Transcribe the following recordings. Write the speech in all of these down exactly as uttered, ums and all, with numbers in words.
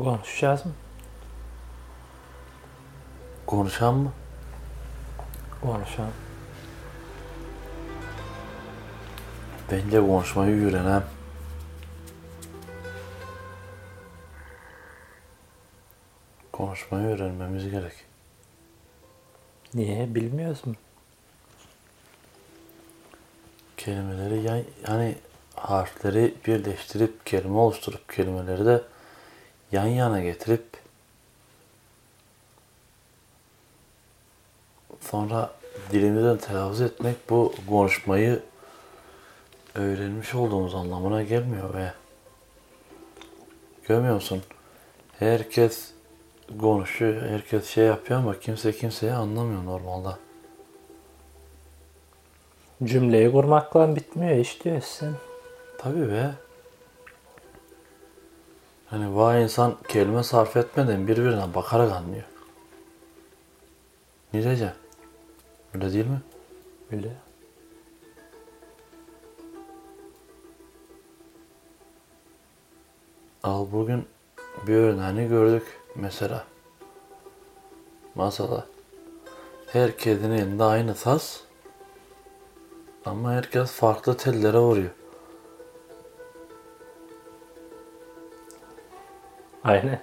Konuşacağız mı? Konuşan mı? Konuşalım. Bence konuşmayı öğrenem. Konuşmayı öğrenmemiz gerek. Niye? Bilmiyoruz mu? Kelimeleri yan, yani harfleri birleştirip kelime oluşturup kelimeleri de yan yana getirip sonra dilimizden telaffuz etmek bu konuşmayı öğrenmiş olduğumuz anlamına gelmiyor ve görmüyor musun? Herkes konuşuyor, herkes şey yapıyor ama kimse kimseyi anlamıyor normalde. Cümleyi kurmakla bitmiyor iş diyorsun. Tabii be. Hani vay insan kelime sarf etmeden birbirine bakarak anlıyor. Ne diyeceğim? Öyle değil mi? Öyle. Al bugün bir örneğini gördük mesela. Masada. Herkesin elinde aynı saz. Ama herkes farklı tellere vuruyor. Aynen.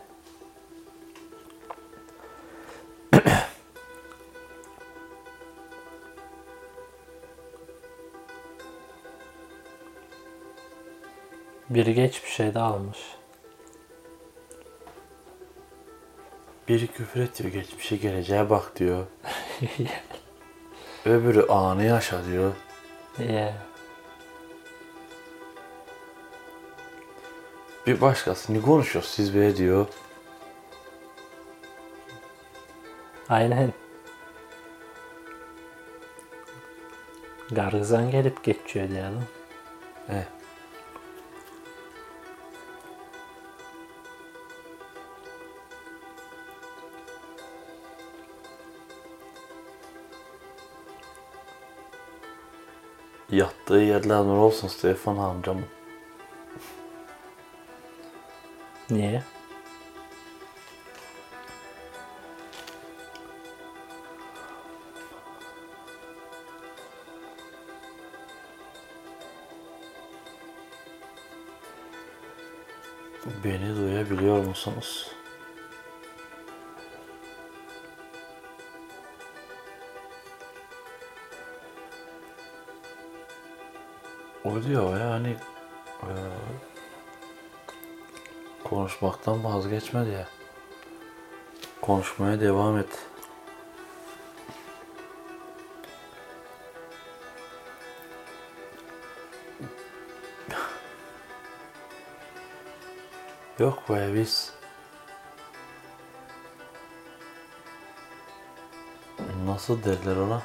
Biri geç bir şey de almış. Biri küfür ediyor, geçmişe geleceğe bak diyor. Öbürü anı yaşa diyor. Yeah. Bir başkası ne konuşuyor siz be diyor. Aynen. Gargızan gelip geçiyor diyelim. Evet. Yattığı yerler nur olsun Stefan amcamın. Niye? Beni duyabiliyor musunuz? O diyor yani e, konuşmaktan vazgeçme diye. Konuşmaya devam et. Yok be biz nasıl derler ona?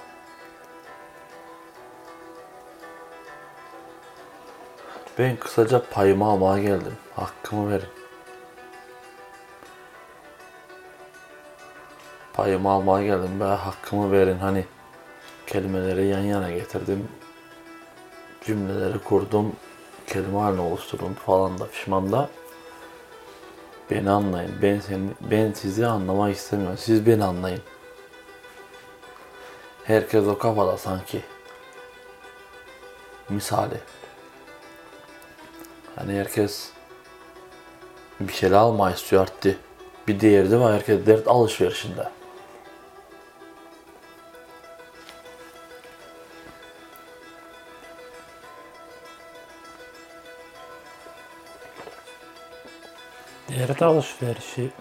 Ben kısaca payımı almaya geldim. Hakkımı verin. Payımı almaya geldim. Ben hakkımı verin. Hani kelimeleri yan yana getirdim. Cümleleri kurdum. Kelime haline oluşturdum falan da pişman da. Beni anlayın. Ben seni, ben sizi anlamak istemiyorum. Siz beni anlayın. Herkes o kafada sanki. Misali. Hani herkes bir şeyler almayı istiyor arttı. Bir değerdi var. Herkes dert alışverişinde. Değer alışverişi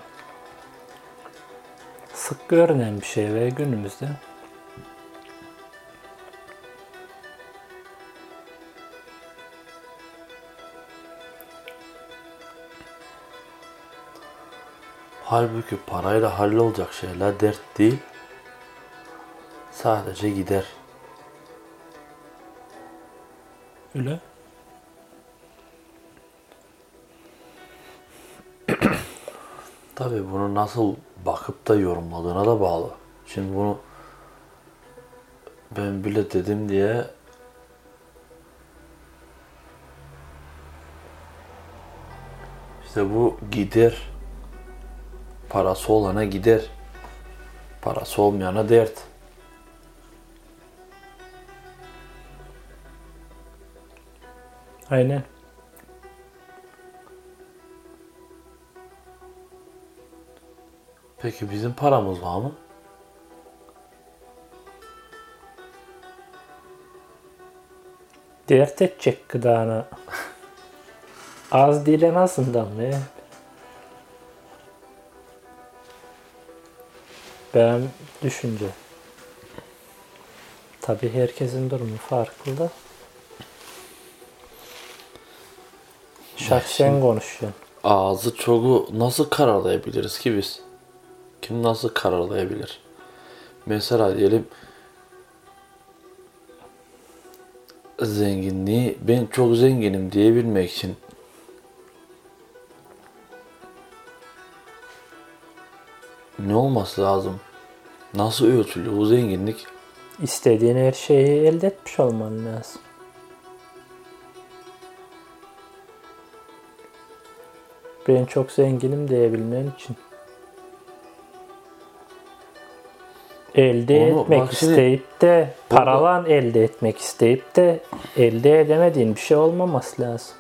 sık görünen bir şey ve günümüzde Halbuki parayla hallolacak şeyler dert değil. Sadece gider. öyle. Tabii bunu nasıl bakıp da yorumladığına da bağlı. Şimdi bunu ben bile dedim diye işte bu gider Parası olana gider. Parası olmayana dert. Aynen. Peki bizim paramız var mı? Dert edecek gıdana. Az değil en azından be. Ben düşünce. Tabii herkesin durumu farklı da. Şahsen konuşuyorsun. Ağzı çoğu nasıl kararlayabiliriz ki biz? Kim nasıl kararlayabilir? Mesela diyelim zenginliği ben çok zenginim diyebilmek için ne olması lazım? Nasıl ölçülüyor bu zenginlik? İstediğin her şeyi elde etmiş olman lazım. Ben çok zenginim diyebilmen için. Elde Onu etmek bak şimdi- isteyip de Burada- paralan elde etmek isteyip de elde edemediğin bir şey olmaması lazım.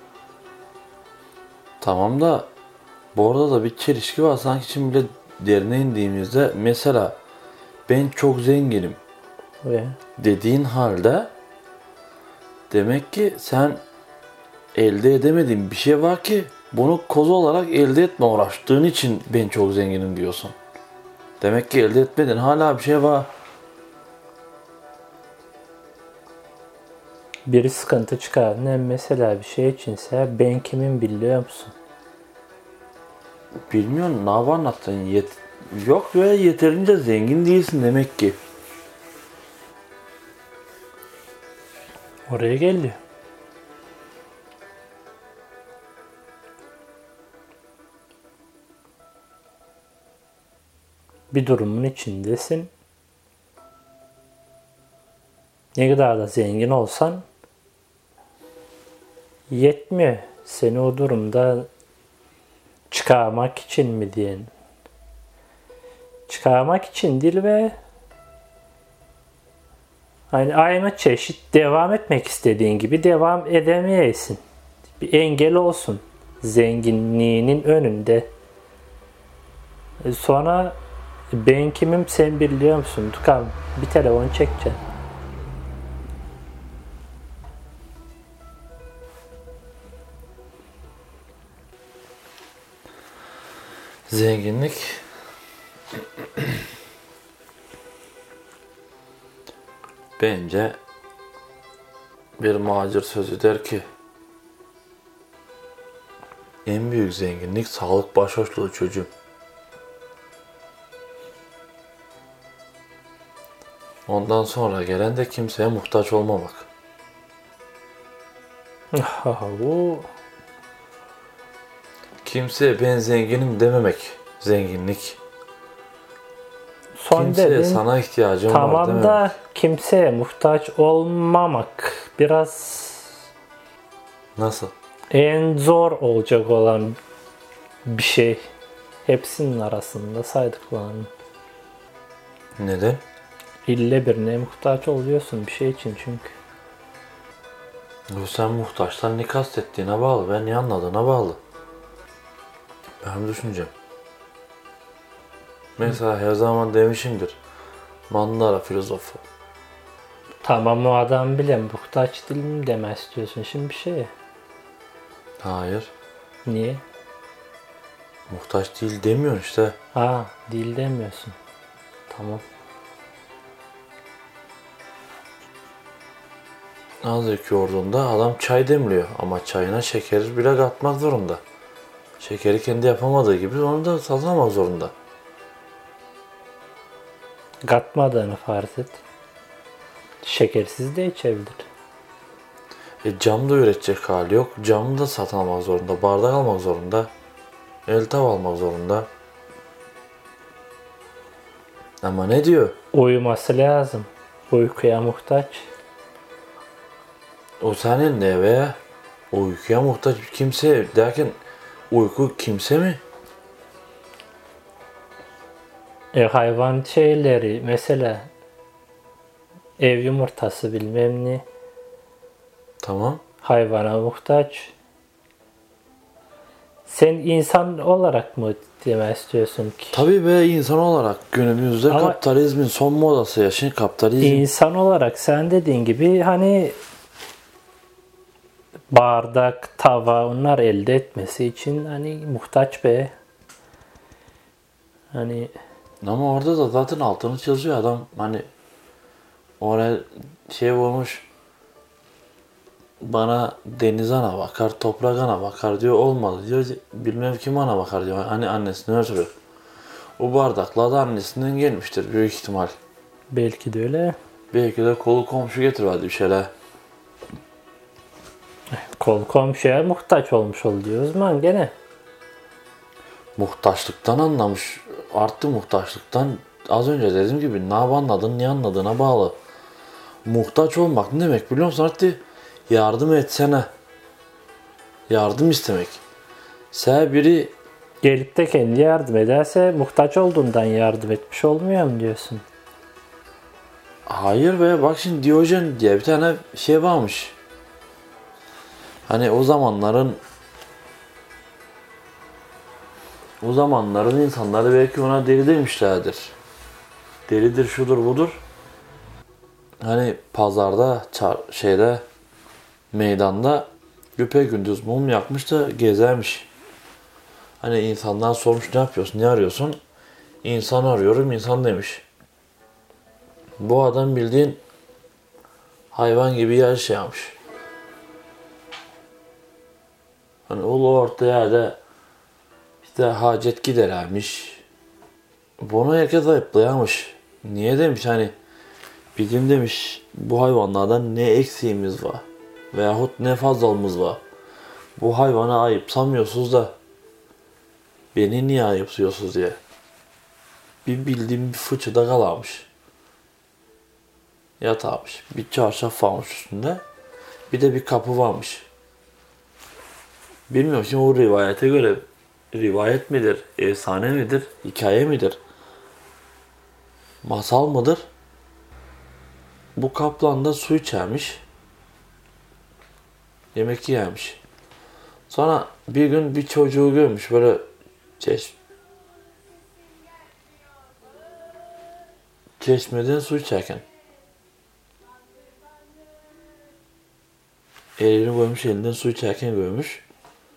Tamam da bu arada da bir çelişki var. Sanki şimdi bile derine indiğimizde mesela ben çok zenginim Ve dediğin halde demek ki sen elde edemediğin bir şey var ki bunu koz olarak elde etme uğraştığın için ben çok zenginim diyorsun. Demek ki elde etmedin hala bir şey var. biri sıkıntı çıkar. Ne mesela bir şey içinse ben kimim biliyor musun? Bilmiyorum ne yap anlattın. Yet Yok ve yeterince zengin değilsin demek ki. Oraya geliyor. Bir durumun içindesin. Ne kadar da zengin olsan yetmiyor. Seni o durumda çıkarmak için mi diyen? Çıkarmak için değil ve hani aynı çeşit devam etmek istediğin gibi devam edemeyesin. Bir engel olsun zenginliğinin önünde. E Sonra ben kimim sen biliyor musun? Tukan bir telefon çekeceksin. Zenginlik bence bir macir sözü der ki en büyük zenginlik sağlık başhoşluğu çocuğum. Ondan sonra gelen de kimseye muhtaç olmamak. Bu Kimseye ben zenginim dememek zenginlik. son Kimseye dedin. sana ihtiyacım var Tamam dememek. da kimseye muhtaç olmamak biraz Nasıl? en zor olacak olan bir şey. Hepsinin arasında saydıklarının. Neden? İlle birine muhtaç oluyorsun bir şey için çünkü. Bu sen muhtaçtan ne kastettiğine bağlı. Ben ne anladığına bağlı. Benim düşüncem. Mesela her zaman demişimdir. Mandara filozofu. Tamam o adam bile muhtaç değil mi demek istiyorsun şimdi bir şeye. Hayır. Niye? Muhtaç değil demiyorsun işte. Ha değil demiyorsun. Tamam. Azıcık yoğurduğunda adam çay demliyor. Ama çayına şeker bile katmak zorunda. Şekeri kendi yapamadığı gibi onu da satmak zorunda. Katmadığını farz et. Şekersiz de içebilir. E cam da üretecek hali yok. Camı da satın almak zorunda. Bardak almak zorunda. El tav almak zorunda. Ama ne diyor? Uyuması lazım. Uykuya muhtaç. O senin de ve uykuya muhtaç kimse derken uyku kimse mi? E, hayvan şeyleri mesela ev yumurtası bilmem ne Tamam. hayvana muhtaç. Sen insan olarak mı demek istiyorsun ki? Tabii be, insan olarak günümüzde Ama kapitalizmin son modası ya. Şimdi kapitalizm. İnsan olarak sen dediğin gibi hani bardak, tava onlar elde etmesi için hani muhtaç be. Hani Ama orada da zaten altını çiziyor adam. Hani oraya şey olmuş. Bana deniz ana bakar, toprak ana bakar diyor. Olmadı diyor. Bilmem kim ana bakar diyor. Hani annesini ötürü. O bardakla da annesinden gelmiştir büyük ihtimal. belki de öyle. Belki de kolu komşu getirmedi bir şeyler. Kol komşuya muhtaç olmuş oluyor o zaman gene. Muhtaçlıktan anlamış. Arttı muhtaçlıktan. Az önce dediğim gibi ne anladın, ne anladığına bağlı. Muhtaç olmak ne demek biliyor musun? Arttı yardım etsene. Yardım istemek. Sen biri Gelip de kendi yardım ederse muhtaç olduğundan yardım etmiş olmuyor mu diyorsun? hayır be, bak şimdi Diyojen diye bir tane şey varmış. Hani o zamanların o zamanların insanları belki ona deli demişlerdir. Delidir, şudur budur. Hani pazarda, çar, şeyde, meydanda güpegündüz mum yakmış da gezermiş. Hani insandan sormuş, ne yapıyorsun, ne arıyorsun? İnsan arıyorum, insan demiş. Bu adam bildiğin hayvan gibi yaşayamış. Hani ulu orta yerde işte hacet giderermiş. Bunu herkes ayıplayamış. Niye demiş hani bizim demiş bu hayvanlardan ne eksiğimiz var veyahut ne fazlalığımız var. Bu hayvanı ayıpsamıyorsunuz da beni niye ayıpsıyorsunuz diye. Bir bildiğim bir fıçıda kalamış. Yatağmış. Bir çarşaf varmış üstünde. Bir de bir kapı varmış. Bilmiyorum şimdi o rivayete göre rivayet midir, efsane midir, hikaye midir, masal mıdır? Bu kaplan da su içermiş. Yemek yermiş. Sonra bir gün bir çocuğu görmüş böyle çeş çeşmeden su içerken. Elini koymuş, elinden su içerken görmüş.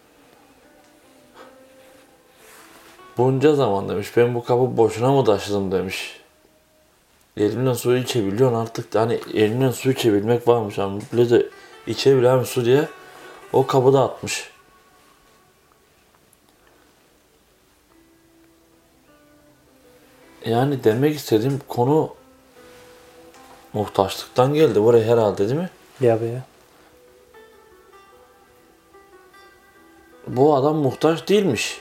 Bunca zaman demiş ben bu kabı boşuna mı taşıdım demiş. Elimden su içebiliyorsun artık, hani elimden su içebilmek varmış ama böyle de içebilen su diye o kabı da atmış. Yani demek istediğim konu muhtaçlıktan geldi buraya herhalde, değil mi? Ya be. Bu adam muhtaç değilmiş.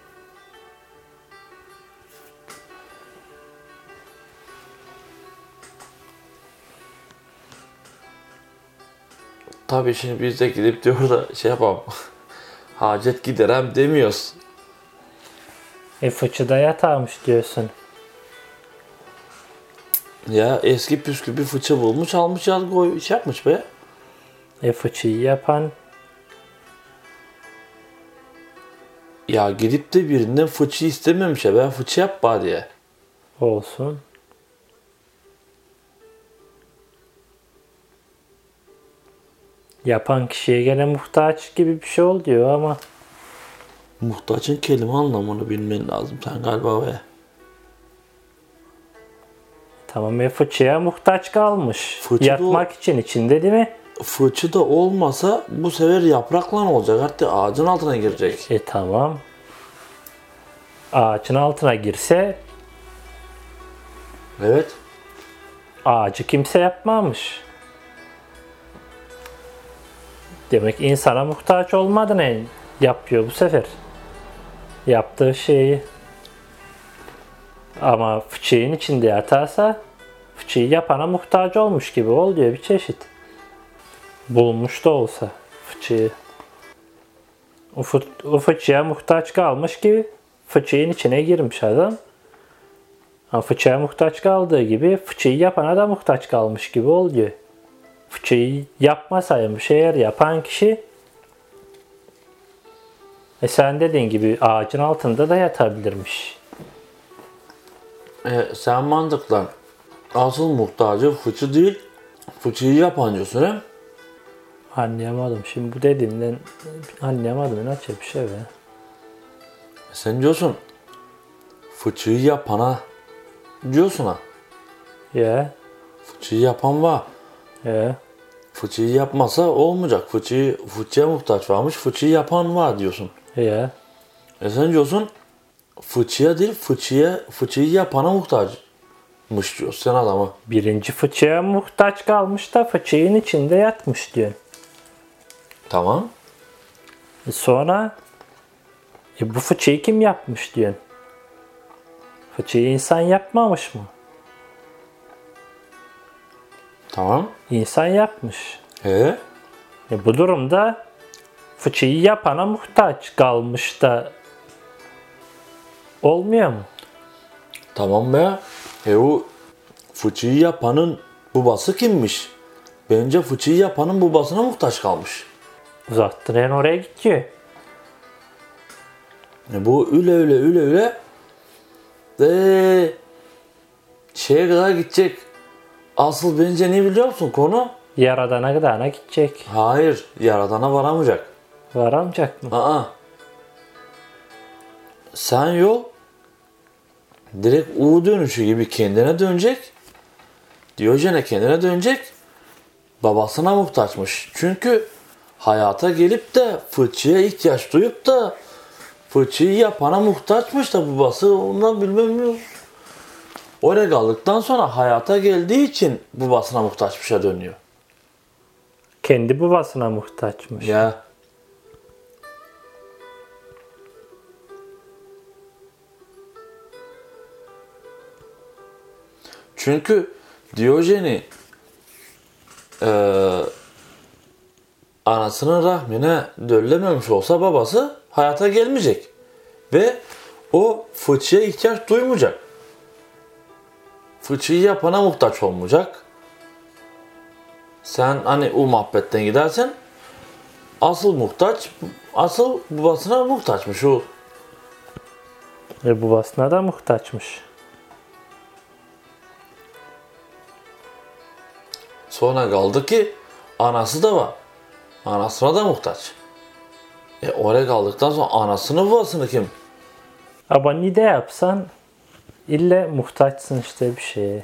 Tabii şimdi biz de gidip diyor da şey yapalım. Hacet giderem demiyoruz. E fıçıda yatağmış diyorsun. Ya eski püskü bir fıçı bulmuş, almış, yaz koy şey yapmış be. E fıçıyı yapan Ya gidip de birinden fıçı istememiş ya, ben fıçı yap bari diye. olsun. Yapan kişiye gene muhtaç gibi bir şey oluyor ama Muhtaçın kelime anlamını bilmen lazım sen galiba be. tamam e fıçıya muhtaç kalmış. Fıçı Yatmak için içinde değil mi? Fıçı da olmasa bu sefer yaprakla ne olacak? Hatta ağacın altına girecek. E tamam. Ağacın altına girse Evet. ağacı kimse yapmamış. Demek insana muhtaç olmadığını yapıyor bu sefer. Yaptığı şeyi. Ama fıçığın içinde yatarsa fıçığı yapana muhtaç olmuş gibi oluyor bir çeşit. Bulmuş da olsa fıçığı. O, fı- o fıçıya muhtaç kalmış gibi fıçığın içine girmiş adam. Ama fıçıya muhtaç kaldığı gibi fıçıyı yapana da muhtaç kalmış gibi oluyor. Fıçıyı yapmasaymış eğer yapan kişi e sen dediğin gibi ağacın altında da yatabilirmiş. E, sen mantıkla asıl muhtacı fıçı değil, fıçıyı yapan diyorsun he? Anlayamadım. Şimdi bu dediğinden anlayamadım. Ne bir şey be. Sen diyorsun fıçıyı yapana diyorsun ha. Ya. Fıçıyı yapan var. Ya. Fıçıyı yapmasa olmayacak. Fıçıyı, fıçıya muhtaç varmış. Fıçıyı yapan var diyorsun. Ya. E sen diyorsun fıçıya değil fıçıya, fıçıyı yapana muhtaçmış diyorsun sen adama. Birinci fıçıya muhtaç kalmış da fıçığın içinde yatmış diyor. Tamam. E sonra e bu fıçıyı kim yapmış diyor. Fıçıyı insan yapmamış mı? Tamam. İnsan yapmış. E E bu durumda fıçıyı yapana muhtaç kalmış da olmuyor mu? tamam be. E o fıçıyı yapanın babası kimmiş? Bence fıçıyı yapanın babasına muhtaç kalmış. Uzattın en oraya gidiyor. E bu öyle öyle öyle öyle de şeye kadar gidecek. Asıl bence ne biliyor musun konu? Yaradana gıdana gidecek. Hayır, yaradana varamayacak. Varamayacak mı? Aa. Sen yol direkt U dönüşü gibi kendine dönecek. Diyojen'e kendine dönecek. Babasına muhtaçmış. Çünkü hayata gelip de fıçıya ihtiyaç duyup da fıçıyı yapana muhtaçmış da babası ondan bilmem ne. Oraya kaldıktan sonra hayata geldiği için babasına muhtaçmışa dönüyor. Kendi babasına muhtaçmış. Ya. Çünkü Diyojen'i e, anasının rahmine döllememiş olsa babası hayata gelmeyecek. Ve o fıçıya ihtiyaç duymayacak. Fıçıyı yapana muhtaç olmayacak. Sen hani o muhabbetten gidersen asıl muhtaç, asıl babasına muhtaçmış o. Ve babasına da muhtaçmış. Sonra kaldı ki anası da var. Anasına da muhtaç. E oraya kaldıktan sonra anasını babasını kim? Ama ne de yapsan ille muhtaçsın işte bir şeye.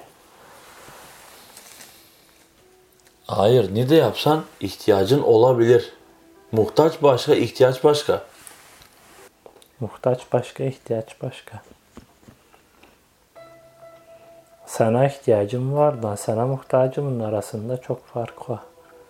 Hayır, ne de yapsan ihtiyacın olabilir. Muhtaç başka, ihtiyaç başka. Muhtaç başka, ihtiyaç başka. Sana ihtiyacım var da sana muhtacımın arasında çok fark var.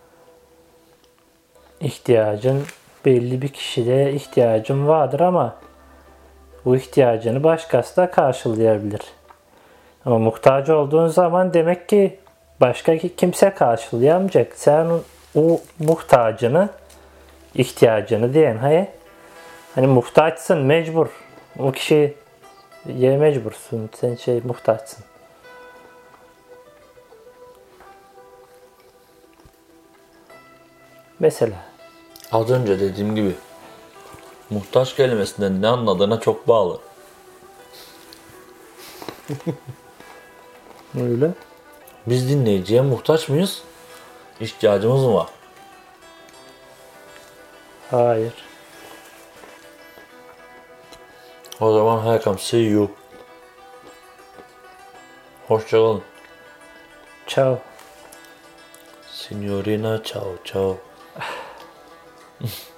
İhtiyacın belli bir kişide ihtiyacın vardır ama bu ihtiyacını başkası da karşılayabilir. Ama muhtaç olduğun zaman demek ki başka kimse karşılayamayacak. Sen o muhtacını, ihtiyacını diyen hayır. Hani muhtaçsın, mecbur. O kişiye mecbursun. Sen şey muhtaçsın. Mesela. Az önce dediğim gibi muhtaç kelimesinden ne anladığına çok bağlı. Öyle. Biz dinleyiciye muhtaç mıyız? İhtiyacımız mı var? Hayır. O zaman I come see you. Hoşçakalın. Ciao. Signorina ciao ciao.